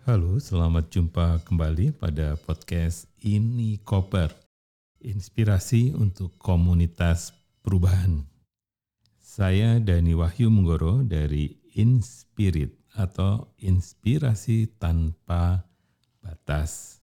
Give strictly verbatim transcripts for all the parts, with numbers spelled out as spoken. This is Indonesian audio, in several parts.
Halo, selamat jumpa kembali pada podcast Ini Koper, inspirasi untuk komunitas perubahan. Saya Dani Wahyu Menggoro dari Inspirit atau Inspirasi Tanpa Batas.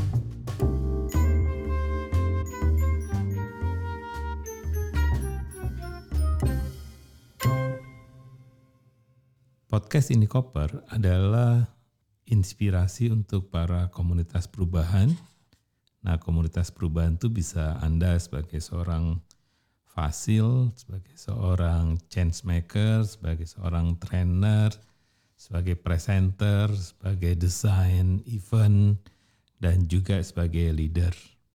Podcast Ini Koper adalah inspirasi untuk para komunitas perubahan. Nah, komunitas perubahan itu bisa Anda sebagai seorang fasil, sebagai seorang change maker, sebagai seorang trainer, sebagai presenter, sebagai desain event, dan juga sebagai leader.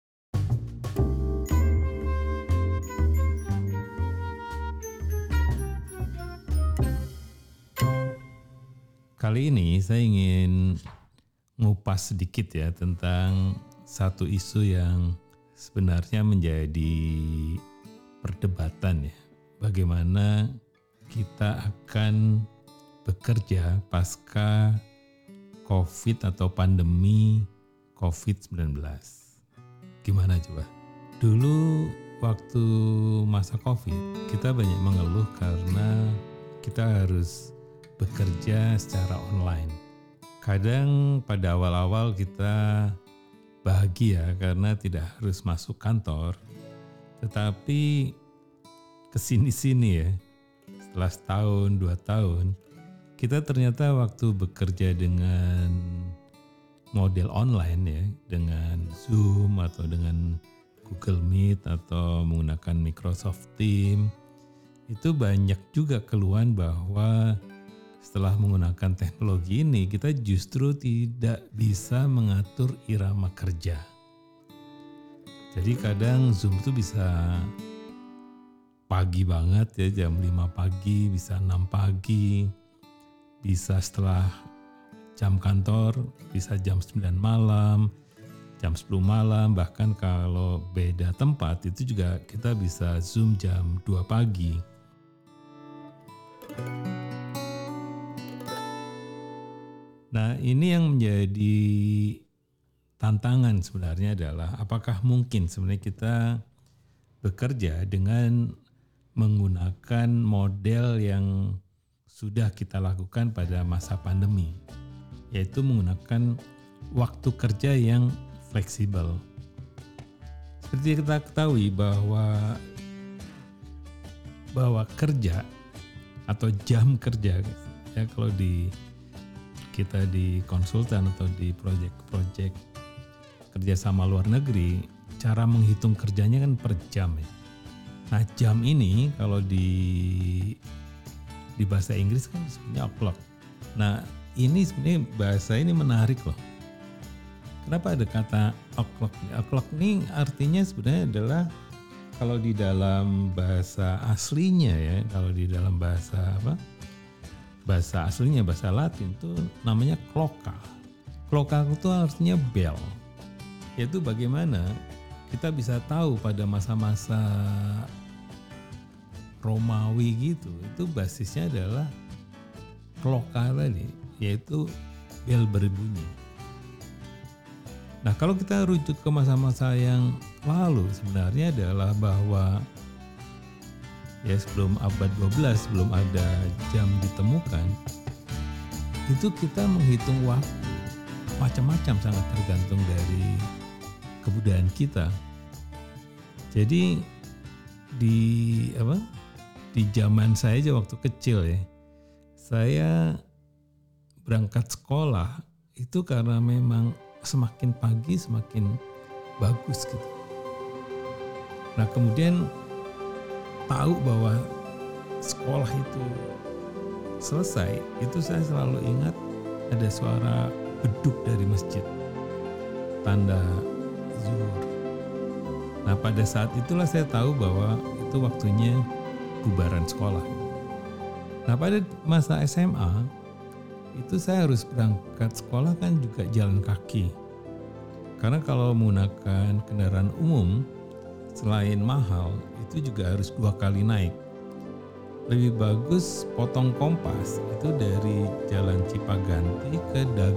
Kali ini saya ingin ngupas sedikit ya tentang satu isu yang sebenarnya menjadi perdebatan ya. Bagaimana kita akan bekerja pasca COVID atau pandemi covid sembilan belas. Gimana coba? Dulu waktu masa COVID kita banyak mengeluh karena kita harus bekerja secara online. Kadang pada awal-awal kita bahagia karena tidak harus masuk kantor, tetapi kesini-sini ya, setelah setahun, dua tahun, kita ternyata waktu bekerja dengan model online ya, dengan Zoom atau dengan Google Meet atau menggunakan Microsoft Teams, itu banyak juga keluhan bahwa setelah menggunakan teknologi ini, kita justru tidak bisa mengatur irama kerja. Jadi kadang Zoom itu bisa pagi banget ya, jam lima pagi, bisa enam pagi, bisa setelah jam kantor, bisa jam sembilan malam, jam sepuluh malam, bahkan kalau beda tempat itu juga kita bisa Zoom jam dua pagi. Nah, ini yang menjadi tantangan sebenarnya adalah apakah mungkin sebenarnya kita bekerja dengan menggunakan model yang sudah kita lakukan pada masa pandemi, yaitu menggunakan waktu kerja yang fleksibel. Seperti kita ketahui bahwa bahwa kerja atau jam kerja ya kalau di kita di konsultan atau di proyek-proyek kerjasama luar negeri, cara menghitung kerjanya kan per jam ya. Nah, jam ini kalau di di bahasa Inggris kan sebenarnya o'clock. Nah, ini sebenarnya bahasa ini menarik loh. Kenapa ada kata o'clock? O'clock ini artinya sebenarnya adalah kalau di dalam bahasa aslinya ya, kalau di dalam bahasa apa? Bahasa aslinya, bahasa Latin itu namanya cloca. Cloca itu artinya bell. Yaitu bagaimana kita bisa tahu pada masa-masa Romawi gitu, itu basisnya adalah cloca tadi, yaitu bel berbunyi. Nah, kalau kita rujuk ke masa-masa yang lalu sebenarnya adalah bahwa ya sebelum abad dua belas, sebelum ada jam ditemukan, itu kita menghitung waktu macam-macam, sangat tergantung dari kebudayaan kita. Jadi di apa? Di zaman saya aja waktu kecil ya, saya berangkat sekolah itu karena memang semakin pagi semakin bagus gitu. Nah, kemudian tahu bahwa sekolah itu selesai, itu saya selalu ingat ada suara beduk dari masjid, tanda zuhur. Nah, pada saat itulah saya tahu bahwa itu waktunya bubaran sekolah. Nah, pada masa S M A itu saya harus berangkat sekolah kan juga jalan kaki. Karena kalau menggunakan kendaraan umum selain mahal, itu juga harus dua kali naik. Lebih bagus potong Kompas itu dari Jalan Cipaganti ke Dago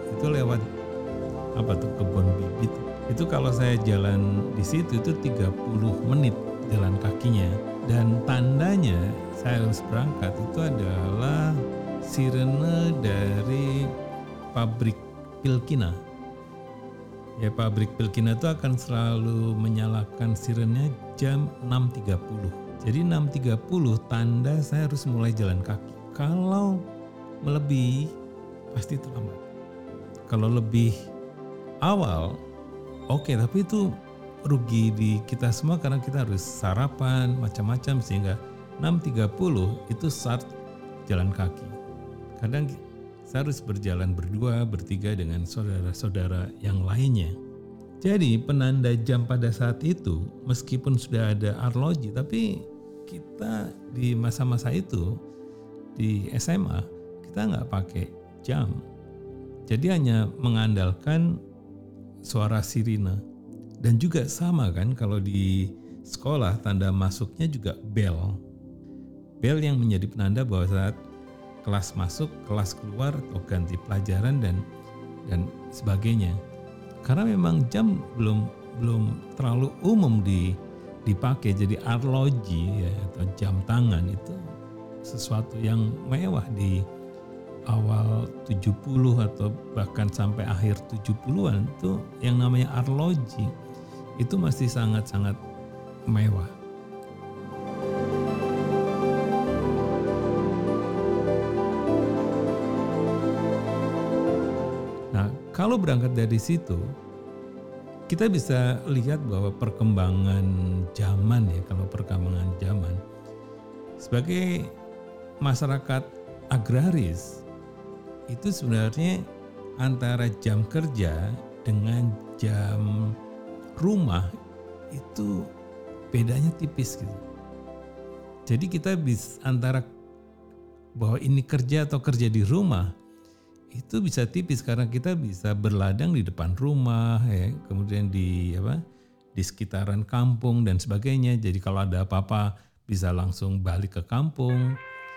itu lewat apa tuh kebun bibit. Itu kalau saya jalan di situ itu tiga puluh menit jalan kakinya. Dan tandanya saya harus berangkat itu adalah sirene dari pabrik Pilkina. Ya, pabrik Pilkina itu akan selalu menyalakan sirennya jam enam tiga puluh. Jadi enam tiga puluh tanda saya harus mulai jalan kaki. Kalau melebihi pasti terlambat. Kalau lebih awal oke, okay, tapi itu rugi di kita semua karena kita harus sarapan macam-macam, sehingga enam tiga puluh itu start jalan kaki. Kadang saya harus berjalan berdua, bertiga dengan saudara-saudara yang lainnya. Jadi penanda jam pada saat itu meskipun sudah ada arloji, tapi kita di masa-masa itu di S M A kita nggak pakai jam. Jadi hanya mengandalkan suara sirine. Dan juga sama kan kalau di sekolah tanda masuknya juga bel. Bel yang menjadi penanda bahwa saat kelas masuk, kelas keluar, atau ganti pelajaran dan dan sebagainya. Karena memang jam belum belum terlalu umum di dipakai, jadi arloji ya, atau jam tangan itu sesuatu yang mewah di awal tujuh puluh atau bahkan sampai akhir tujuh puluhan itu yang namanya arloji itu masih sangat-sangat mewah. Nah, kalau berangkat dari situ, kita bisa lihat bahwa perkembangan zaman ya, kalau perkembangan zaman sebagai masyarakat agraris itu sebenarnya antara jam kerja dengan jam rumah itu bedanya tipis gitu. Jadi kita bisa antara bahwa ini kerja atau kerja di rumah itu bisa tipis karena kita bisa berladang di depan rumah ya, kemudian di apa di sekitaran kampung dan sebagainya. Jadi kalau ada apa-apa bisa langsung balik ke kampung.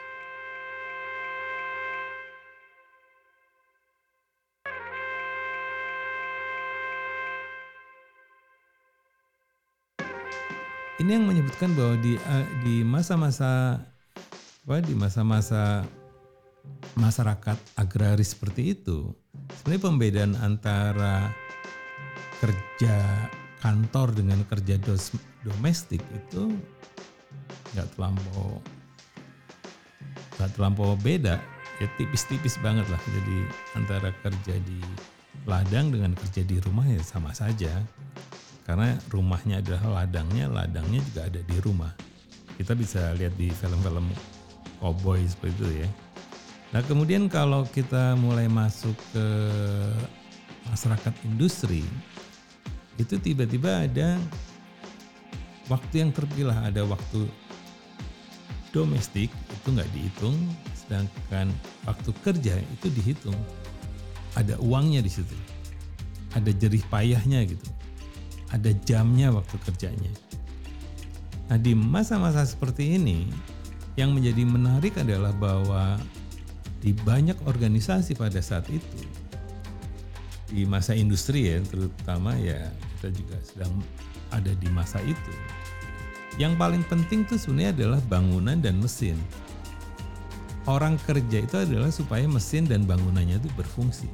Ini yang menyebutkan bahwa di di masa-masa apa di masa-masa masyarakat agraris seperti itu, sebenarnya pembedaan antara kerja kantor dengan kerja dos, domestik itu nggak terlampau nggak terlampau beda, ya tipis-tipis banget lah. Jadi antara kerja di ladang dengan kerja di rumah ya sama saja. Karena rumahnya adalah ladangnya, ladangnya juga ada di rumah. Kita bisa lihat di film-film cowboy seperti itu ya. Nah kemudian kalau kita mulai masuk ke masyarakat industri, itu tiba-tiba ada waktu yang terpilah, ada waktu domestik itu nggak dihitung, sedangkan waktu kerja itu dihitung. Ada uangnya di situ, ada jerih payahnya gitu. Ada jamnya waktu kerjanya. Nah di masa-masa seperti ini yang menjadi menarik adalah bahwa di banyak organisasi pada saat itu, di masa industri ya terutama ya kita juga sedang ada di masa itu. Yang paling penting tuh sebenarnya adalah bangunan dan mesin. Orang kerja itu adalah supaya mesin dan bangunannya itu berfungsi.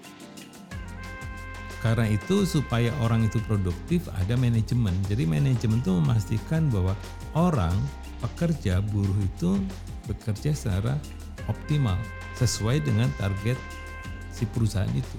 Karena itu supaya orang itu produktif ada manajemen. Jadi manajemen itu memastikan bahwa orang, pekerja, buruh itu bekerja secara optimal sesuai dengan target si perusahaan itu.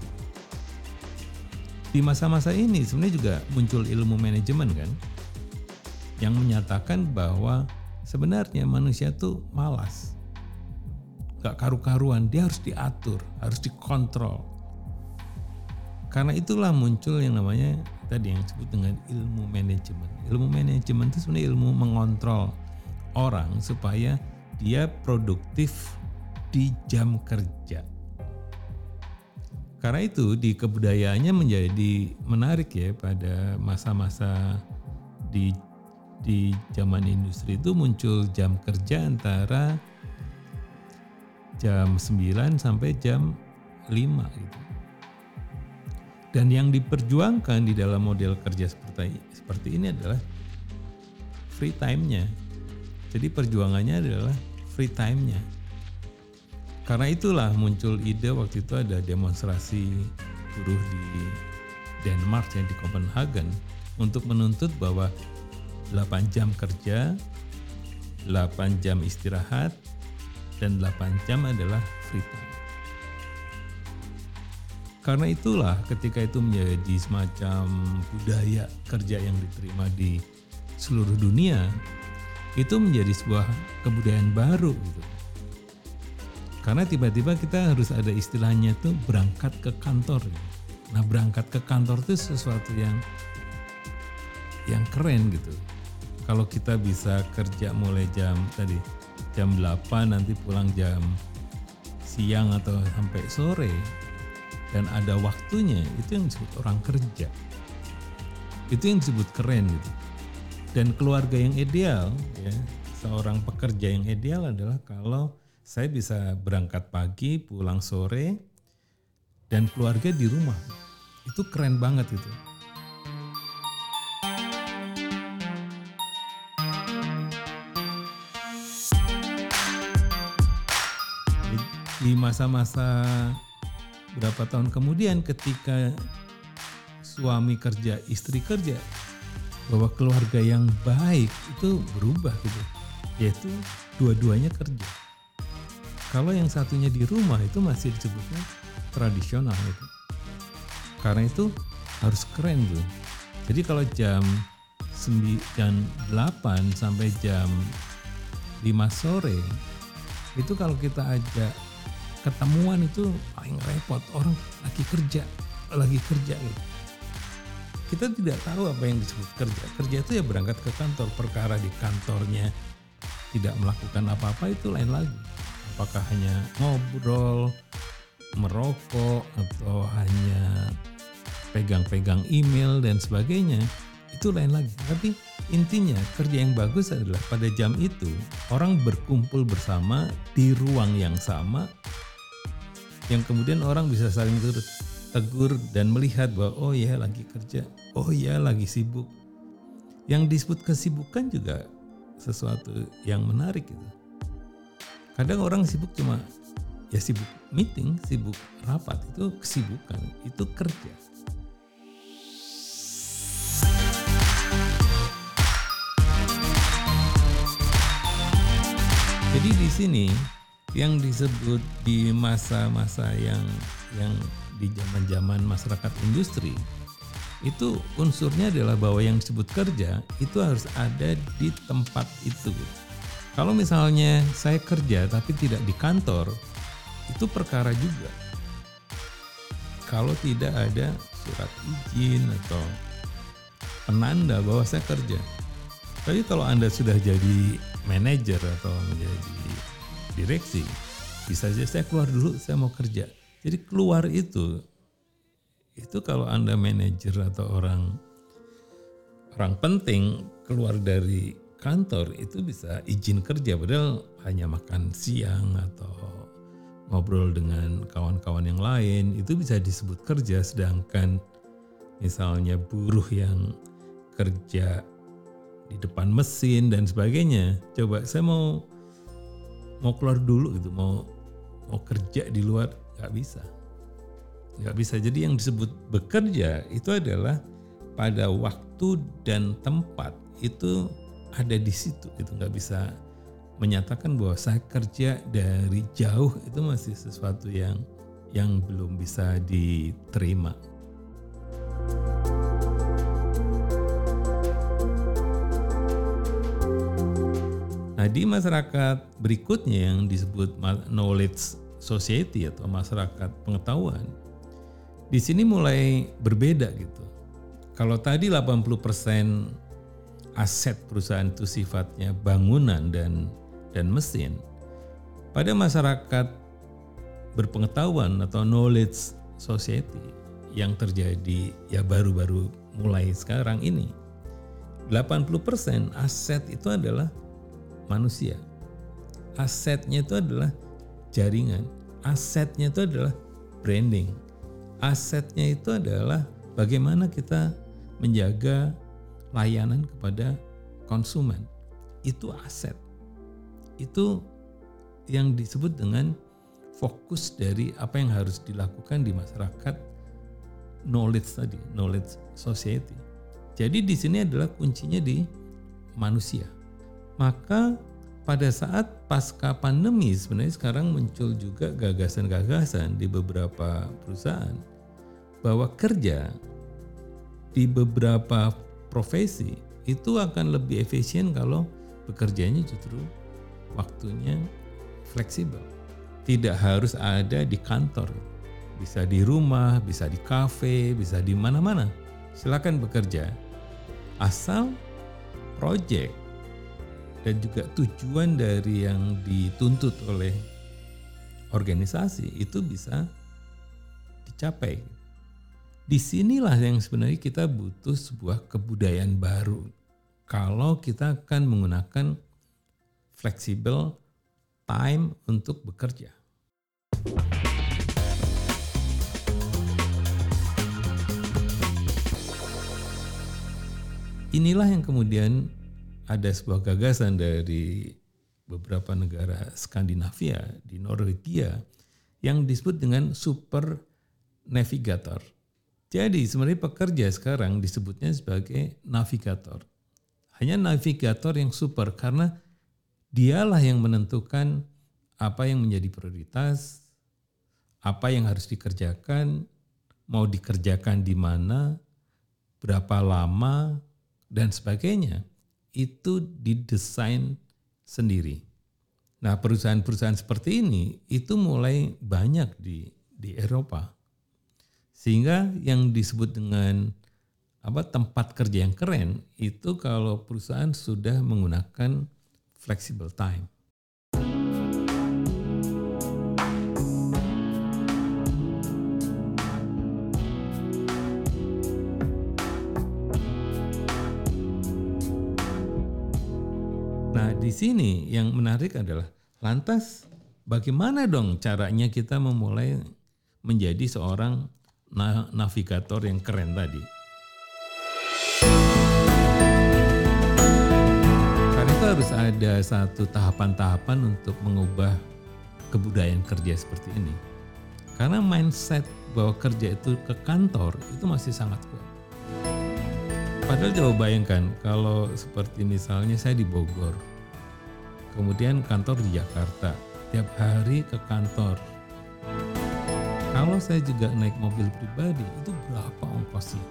Di masa-masa ini sebenarnya juga muncul ilmu manajemen kan, yang menyatakan bahwa sebenarnya manusia tuh malas, gak karu-karuan, dia harus diatur, harus dikontrol. Karena itulah muncul yang namanya tadi yang disebut dengan ilmu manajemen. Ilmu manajemen itu sebenarnya ilmu mengontrol orang supaya dia produktif di jam kerja. Karena itu di kebudayaannya menjadi menarik ya, pada masa-masa di di zaman industri itu muncul jam kerja antara jam sembilan sampai jam lima gitu. Dan yang diperjuangkan di dalam model kerja seperti seperti ini adalah free time-nya. Jadi perjuangannya adalah free time-nya. Karena itulah muncul ide waktu itu ada demonstrasi buruh di Denmark yang di Copenhagen untuk menuntut bahwa delapan jam kerja, delapan jam istirahat, dan delapan jam adalah free time. Karena itulah ketika itu menjadi semacam budaya kerja yang diterima di seluruh dunia, itu menjadi sebuah kebudayaan baru gitu. Karena tiba-tiba kita harus ada istilahnya tuh berangkat ke kantor. Nah, berangkat ke kantor itu sesuatu yang yang keren gitu. Kalau kita bisa kerja mulai jam tadi jam delapan nanti pulang jam siang atau sampai sore dan ada waktunya, itu yang disebut orang kerja. Itu yang disebut keren gitu. Dan keluarga yang ideal ya, seorang pekerja yang ideal adalah kalau saya bisa berangkat pagi, pulang sore, dan keluarga di rumah. Itu keren banget itu. Di masa-masa berapa tahun kemudian ketika suami kerja, istri kerja, bahwa keluarga yang baik itu berubah gitu. Yaitu dua-duanya kerja. Kalau yang satunya di rumah itu masih disebutnya tradisional gitu. Karena itu harus keren tuh. Jadi kalau jam sembilan delapan sampai jam lima sore itu kalau kita ajak ketemuan itu paling repot, orang lagi kerja, lagi kerja gitu. Kita tidak tahu apa yang disebut kerja. Kerja itu ya berangkat ke kantor, perkara di kantornya tidak melakukan apa-apa itu lain lagi. Apakah hanya ngobrol, merokok, atau hanya pegang-pegang email dan sebagainya, itu lain lagi. Tapi intinya kerja yang bagus adalah pada jam itu orang berkumpul bersama di ruang yang sama, yang kemudian orang bisa saling tegur dan melihat bahwa oh ya lagi kerja, oh ya lagi sibuk. Yang disebut kesibukan juga sesuatu yang menarik gitu. Kadang orang sibuk cuma ya sibuk meeting, sibuk rapat, itu kesibukan, itu kerja. Jadi di sini yang disebut di masa-masa yang yang di zaman-zaman masyarakat industri itu unsurnya adalah bahwa yang disebut kerja itu harus ada di tempat itu. Kalau misalnya saya kerja tapi tidak di kantor, itu perkara juga. Kalau tidak ada surat izin atau penanda bahwa saya kerja. Tapi kalau Anda sudah jadi manajer atau menjadi direksi, bisa saja saya keluar dulu, saya mau kerja. Jadi keluar itu, itu kalau Anda manajer atau orang orang penting keluar dari kantor itu bisa izin kerja, padahal hanya makan siang atau ngobrol dengan kawan-kawan yang lain, itu bisa disebut kerja. Sedangkan misalnya buruh yang kerja di depan mesin dan sebagainya, coba saya mau mau keluar dulu gitu, mau mau kerja di luar, nggak bisa, nggak bisa. Jadi yang disebut bekerja itu adalah pada waktu dan tempat itu ada di situ, itu nggak bisa menyatakan bahwa saya kerja dari jauh, itu masih sesuatu yang yang belum bisa diterima. Nah, di masyarakat berikutnya yang disebut knowledge society atau masyarakat pengetahuan, di sini mulai berbeda gitu. Kalau tadi delapan puluh persen aset perusahaan itu sifatnya bangunan dan dan mesin, pada masyarakat berpengetahuan atau knowledge society yang terjadi ya baru-baru mulai sekarang ini, delapan puluh persen aset itu adalah manusia. Asetnya itu adalah jaringan, asetnya itu adalah branding, Asetnya itu adalah bagaimana kita menjaga layanan kepada konsumen. Itu aset. Itu yang disebut dengan fokus dari apa yang harus dilakukan di masyarakat, knowledge tadi, knowledge society. Jadi di sini adalah kuncinya di manusia. Maka pada saat pasca pandemi sebenarnya sekarang muncul juga gagasan-gagasan di beberapa perusahaan bahwa kerja di beberapa profesi itu akan lebih efisien kalau bekerjanya justru waktunya fleksibel. Tidak harus ada di kantor, bisa di rumah, bisa di kafe, bisa di mana-mana. Silakan bekerja, asal proyek dan juga tujuan dari yang dituntut oleh organisasi itu bisa dicapai. Disinilah yang sebenarnya kita butuh sebuah kebudayaan baru. Kalau kita akan menggunakan fleksibel time untuk bekerja. Inilah yang kemudian ada sebuah gagasan dari beberapa negara Skandinavia di Norwegia yang disebut dengan super navigator. Jadi sebenarnya pekerja sekarang disebutnya sebagai navigator. Hanya navigator yang super karena dialah yang menentukan apa yang menjadi prioritas, apa yang harus dikerjakan, mau dikerjakan di mana, berapa lama, dan sebagainya. Itu didesain sendiri. Nah, perusahaan-perusahaan seperti ini itu mulai banyak di di Eropa. Sehingga yang disebut dengan apa tempat kerja yang keren itu kalau perusahaan sudah menggunakan flexible time. Nah, di sini yang menarik adalah lantas bagaimana dong caranya kita memulai menjadi seorang navigator yang keren tadi. Karena itu harus ada satu tahapan-tahapan untuk mengubah kebudayaan kerja seperti ini. Karena mindset bahwa kerja itu ke kantor itu masih sangat kuat. Padahal coba bayangkan kalau seperti misalnya saya di Bogor, kemudian kantor di Jakarta, tiap hari ke kantor. Kalau saya juga naik mobil pribadi, itu berapa ongkosnya?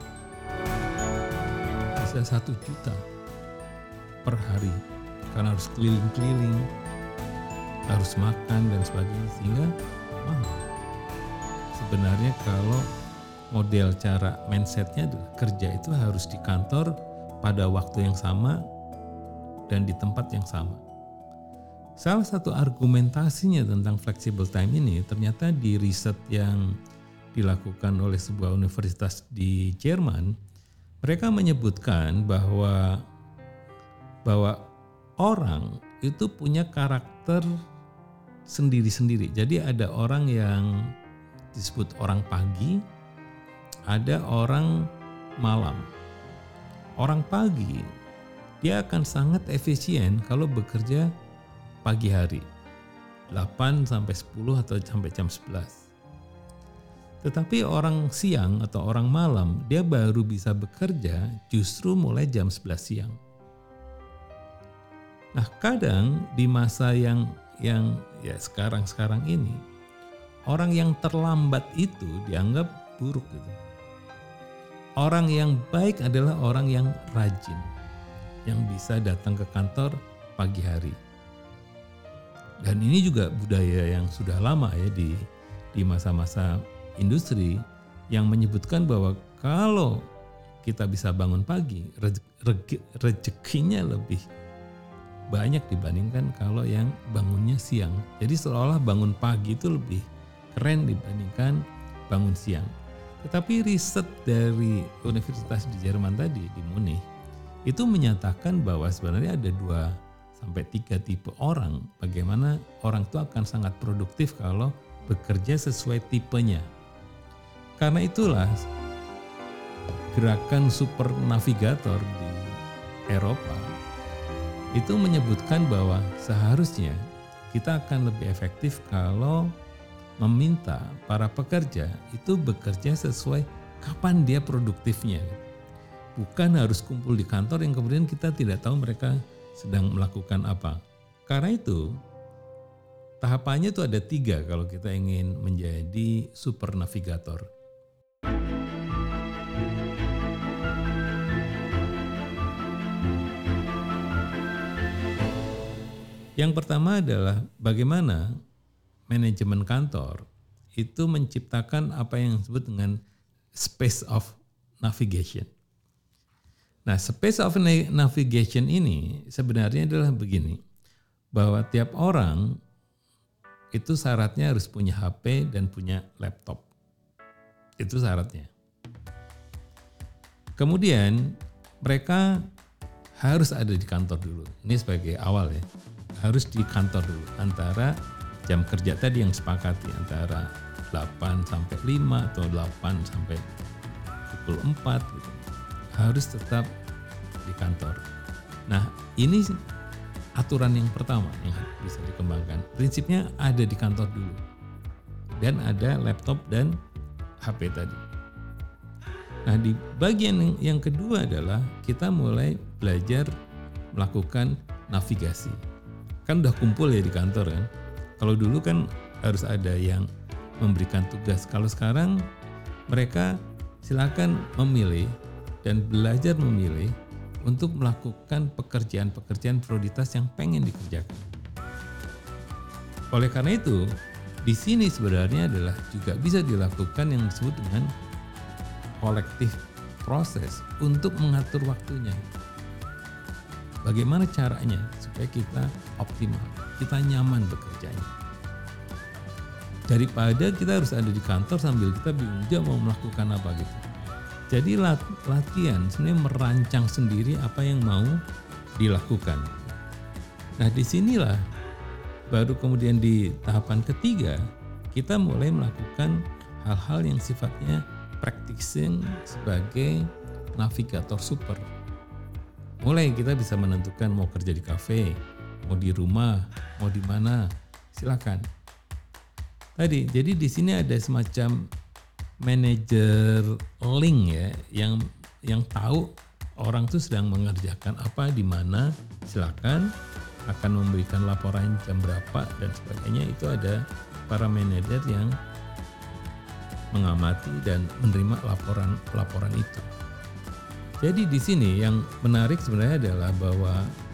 Bisa satu juta per hari, karena harus keliling-keliling, harus makan dan sebagainya, sehingga mahal. Sebenarnya kalau model cara mindsetnya adalah kerja itu harus di kantor pada waktu yang sama dan di tempat yang sama. Salah satu argumentasinya tentang flexible time ini ternyata di riset yang dilakukan oleh sebuah universitas di Jerman, mereka menyebutkan bahwa bahwa orang itu punya karakter sendiri-sendiri. Jadi ada orang yang disebut orang pagi, ada orang malam. Orang pagi dia akan sangat efisien kalau bekerja pagi hari, delapan sampai sepuluh atau sampai jam sebelas. Tetapi orang siang atau orang malam, dia baru bisa bekerja justru mulai jam sebelas siang. Nah, kadang di masa yang yang ya sekarang-sekarang ini, orang yang terlambat itu dianggap buruk gitu. Orang yang baik adalah orang yang rajin, yang bisa datang ke kantor pagi hari. Dan ini juga budaya yang sudah lama ya di di masa-masa industri yang menyebutkan bahwa kalau kita bisa bangun pagi, rezeki, rezekinya lebih banyak dibandingkan kalau yang bangunnya siang. Jadi seolah bangun pagi itu lebih keren dibandingkan bangun siang. Tetapi riset dari universitas di Jerman tadi, di Munich, itu menyatakan bahwa sebenarnya ada dua sampai tiga tipe orang, bagaimana orang itu akan sangat produktif kalau bekerja sesuai tipenya. Karena itulah gerakan super navigator di Eropa itu menyebutkan bahwa seharusnya kita akan lebih efektif kalau meminta para pekerja itu bekerja sesuai kapan dia produktifnya. Bukan harus kumpul di kantor yang kemudian kita tidak tahu mereka sedang melakukan apa. Karena itu tahapannya itu ada tiga kalau kita ingin menjadi super navigator. Yang pertama adalah bagaimana manajemen kantor itu menciptakan apa yang disebut dengan space of navigation. Nah, space of navigation ini sebenarnya adalah begini, bahwa tiap orang itu syaratnya harus punya H P dan punya laptop. Itu syaratnya. Kemudian mereka harus ada di kantor dulu. Ini sebagai awal ya. Harus di kantor dulu antara jam kerja tadi yang sepakati antara delapan sampai lima atau delapan sampai pukul empat gitu. Harus tetap di kantor. Nah, ini aturan yang pertama yang bisa dikembangkan. Prinsipnya ada di kantor dulu. Dan ada laptop dan H P tadi. Nah, di bagian yang, yang kedua adalah kita mulai belajar melakukan navigasi. Kan udah kumpul ya di kantor kan. Kalau dulu kan harus ada yang memberikan tugas. Kalau sekarang mereka silakan memilih dan belajar memilih untuk melakukan pekerjaan-pekerjaan prioritas yang pengen dikerjakan. Oleh karena itu, di sini sebenarnya adalah juga bisa dilakukan yang disebut dengan kolektif proses untuk mengatur waktunya. Bagaimana caranya supaya kita optimal, kita nyaman bekerjanya. Daripada kita harus ada di kantor sambil kita bingung dia mau melakukan apa gitu. Jadi latihan sebenarnya merancang sendiri apa yang mau dilakukan. Nah, disinilah baru kemudian di tahapan ketiga kita mulai melakukan hal-hal yang sifatnya practicing sebagai navigator super. Mulai kita bisa menentukan mau kerja di kafe, mau di rumah, mau di mana, silakan. Tadi, jadi di sini ada semacam manajer link ya, yang yang tahu orang tuh sedang mengerjakan apa di mana, silakan, akan memberikan laporan jam berapa dan sebagainya. Itu ada para manajer yang mengamati dan menerima laporan-laporan itu. Jadi di sini yang menarik sebenarnya adalah bahwa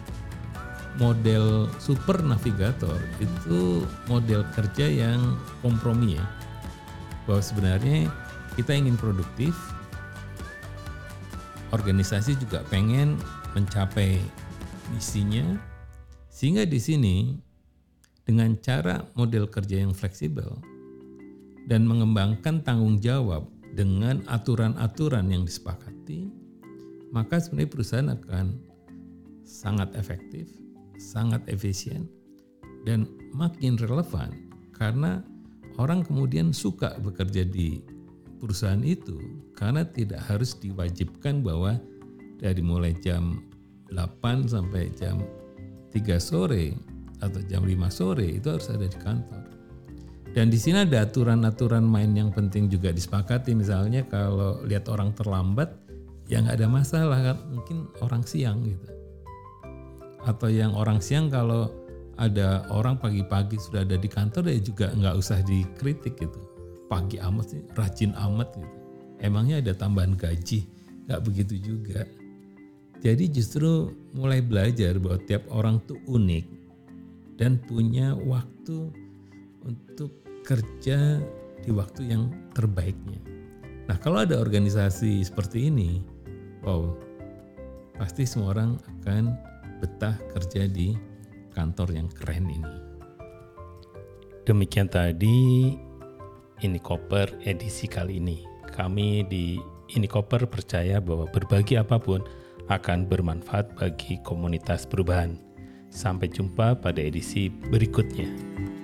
model super navigator itu model kerja yang kompromi ya. Bahwa sebenarnya kita ingin produktif, organisasi juga pengen mencapai misinya, sehingga di sini dengan cara model kerja yang fleksibel dan mengembangkan tanggung jawab dengan aturan-aturan yang disepakati, maka sebenarnya perusahaan akan sangat efektif, sangat efisien, dan makin relevan karena orang kemudian suka bekerja di perusahaan itu karena tidak harus diwajibkan bahwa dari mulai jam delapan sampai jam tiga sore atau jam lima sore itu harus ada di kantor. Dan di sini ada aturan-aturan main yang penting juga disepakati. Misalnya kalau lihat orang terlambat, ya nggak ada masalah kan, mungkin orang siang gitu. Atau yang orang siang kalau ada orang pagi-pagi sudah ada di kantor ya juga nggak usah dikritik gitu. Pagi amat sih, rajin amat gitu. Emangnya ada tambahan gaji? Nggak begitu juga. Jadi justru mulai belajar bahwa tiap orang tuh unik dan punya waktu untuk kerja di waktu yang terbaiknya. Nah, kalau ada organisasi seperti ini, wow, pasti semua orang akan betah kerja di kantor yang keren ini. Demikian tadi InniKoper edisi kali ini. Kami di InniKoper percaya bahwa berbagi apapun akan bermanfaat bagi komunitas perubahan. Sampai jumpa pada edisi berikutnya.